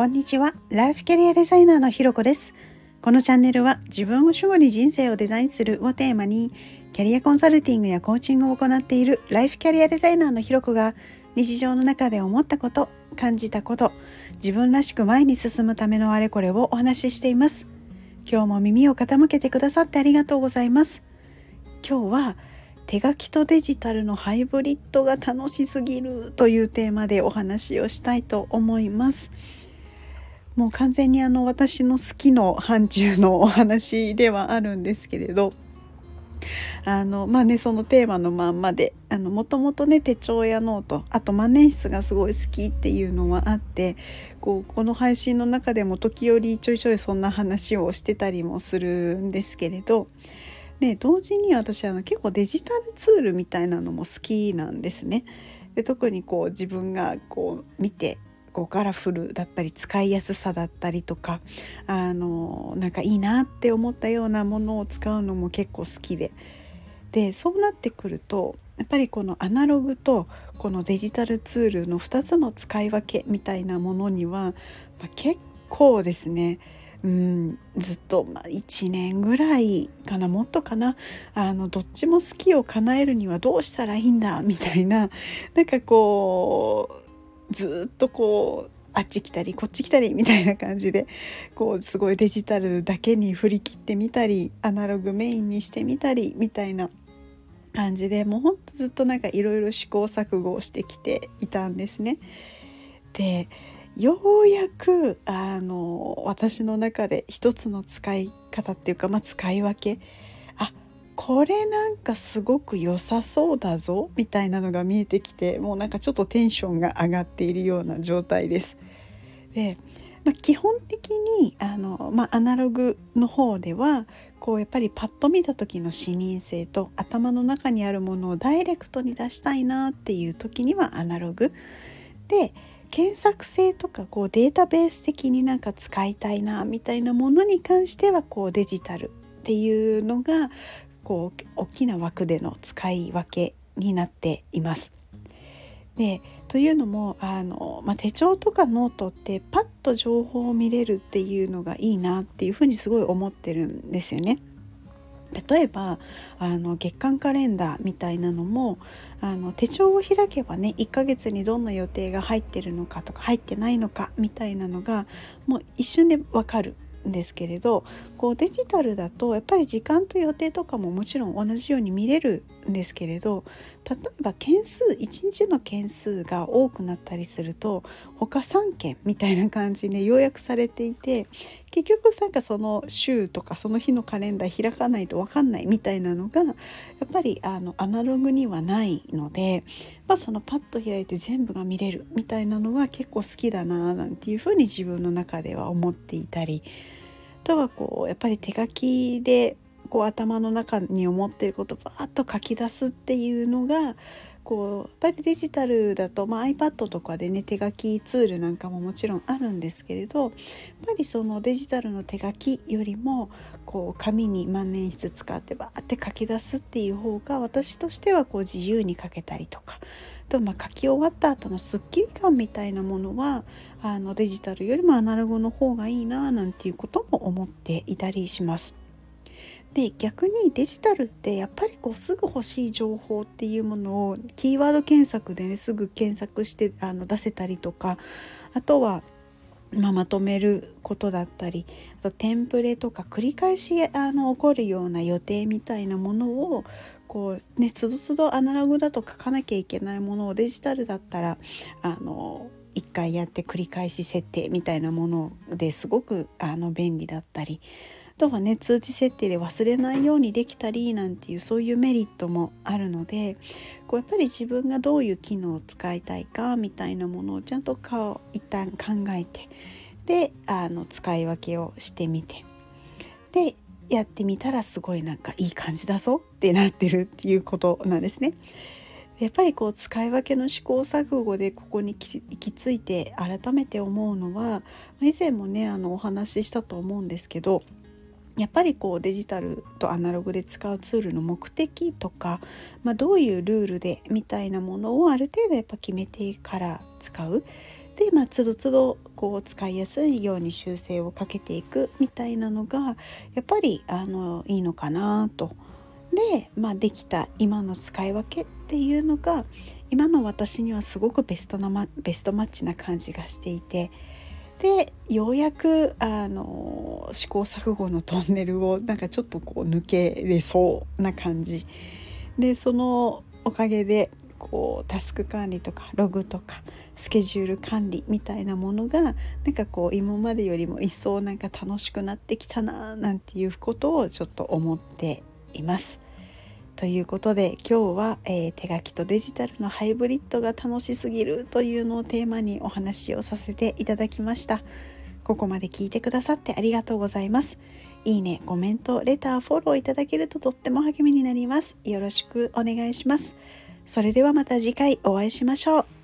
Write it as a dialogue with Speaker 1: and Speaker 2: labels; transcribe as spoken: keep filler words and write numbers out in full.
Speaker 1: こんにちは。ライフキャリアデザイナーのひろこです。このチャンネルは自分を主語に人生をデザインするをテーマに、キャリアコンサルティングやコーチングを行っているライフキャリアデザイナーのひろこが、日常の中で思ったこと、感じたこと、自分らしく前に進むためのあれこれをお話ししています。今日も耳を傾けてくださってありがとうございます。今日は手書きとデジタルのハイブリッドが楽しすぎるというテーマでお話をしたいと思います。もう完全にあの私の好きの範疇のお話ではあるんですけれど、あのまあねそのテーマのまんまで、あのもともとね手帳やノート、あと万年筆がすごい好きっていうのはあって、こうこの配信の中でも時折ちょいちょいそんな話をしてたりもするんですけれど、で同時に私は結構デジタルツールみたいなのも好きなんですね。で特にこう自分がこう見てこうガラフルだったり使いやすさだったりとか、あのなんかいいなって思ったようなものを使うのも結構好きで、でそうなってくるとやっぱりこのアナログとこのデジタルツールのふたつの使い分けみたいなものには、まあ、結構ですね、うん、ずっと、まあ、いちねんぐらいかな、もっとかな、あのどっちも好きを叶えるにはどうしたらいいんだみたいな、なんかこうずっとこうあっち来たりこっち来たりみたいな感じで、こうすごいデジタルだけに振り切ってみたり、アナログメインにしてみたりみたいな感じで、もうほんとずっとなんかいろいろ試行錯誤をしてきていたんですね。でようやくあの私の中で一つの使い方っていうか、まあ、使い分け、あこれなんかすごく良さそうだぞみたいなのが見えてきて、もうなんかちょっとテンションが上がっているような状態です。で、まあ、基本的にあの、まあ、アナログの方ではこうやっぱりパッと見た時の視認性と頭の中にあるものをダイレクトに出したいなっていう時にはアナログで、検索性とかこうデータベース的になんか使いたいなみたいなものに関してはこうデジタルっていうのがこう大きな枠での使い分けになっています。でというのもあの、まあ、手帳とかノートってパッと情報を見れるっていうのがいいなっていうふうにすごい思ってるんですよね。例えばあの月間カレンダーみたいなのも、あの手帳を開けばねいっかげつにどんな予定が入ってるのかとか入ってないのかみたいなのがもう一瞬でわかるんですけれど、こうデジタルだとやっぱり時間と予定とかももちろん同じように見れるんですけれど、例えば件数いちにちの件数が多くなったりすると他さんけんみたいな感じで要約されていて、結局なんかその週とかその日のカレンダー開かないと分かんないみたいなのがやっぱりあのアナログにはないので、まあ、そのパッと開いて全部が見れるみたいなのは結構好きだななんていうふうに自分の中では思っていたり、あとはこうやっぱり手書きでこう頭の中に思っていることをバーッと書き出すっていうのがこうやっぱりデジタルだと、まあ、iPad とかでね手書きツールなんかももちろんあるんですけれど、やっぱりそのデジタルの手書きよりもこう紙に万年筆使ってバーって書き出すっていう方が私としてはこう自由に書けたりとか、とまあ書き終わった後のスッキリ感みたいなものはあのデジタルよりもアナログの方がいいななんていうことも思っていたりします。で逆にデジタルってやっぱりこうすぐ欲しい情報っていうものをキーワード検索でねすぐ検索してあの出せたりとか、あとはまあ、まとめることだったり、あとテンプレとか繰り返しあの起こるような予定みたいなものをこうねつどつどアナログだと書かなきゃいけないものをデジタルだったらあの一回やって繰り返し設定みたいなものですごくあの便利だったり、あとはね通知設定で忘れないようにできたりなんていうそういうメリットもあるので、こうやっぱり自分がどういう機能を使いたいかみたいなものをちゃんとか一旦考えて、であの使い分けをしてみて、でやってみたらすごいなんかいい感じだぞってなってるっていうことなんですね。やっぱりこう使い分けの試行錯誤でここに行き着いて改めて思うのは、以前もねあのお話ししたと思うんですけど、やっぱりこうデジタルとアナログで使うツールの目的とか、まあ、どういうルールでみたいなものをある程度やっぱ決めてから使う。 で、まあ、つどつどこう使いやすいように修正をかけていくみたいなのがやっぱりあのいいのかなと。で、まあ、できた今の使い分けっていうのが今の私にはすごくベストなマベストマッチな感じがしていて、でようやくあの試行錯誤のトンネルをなんかちょっとこう抜けれそうな感じで、そのおかげでこうタスク管理とかログとかスケジュール管理みたいなものがなんかこう今までよりも一層なんか楽しくなってきたななんていうことをちょっと思っています。ということで今日は、えー、手書きとデジタルのハイブリッドが楽しすぎるというのをテーマにお話をさせていただきました。ここまで聞いてくださってありがとうございます。いいね、コメント、レター、フォローいただけるととっても励みになります。よろしくお願いします。それではまた次回お会いしましょう。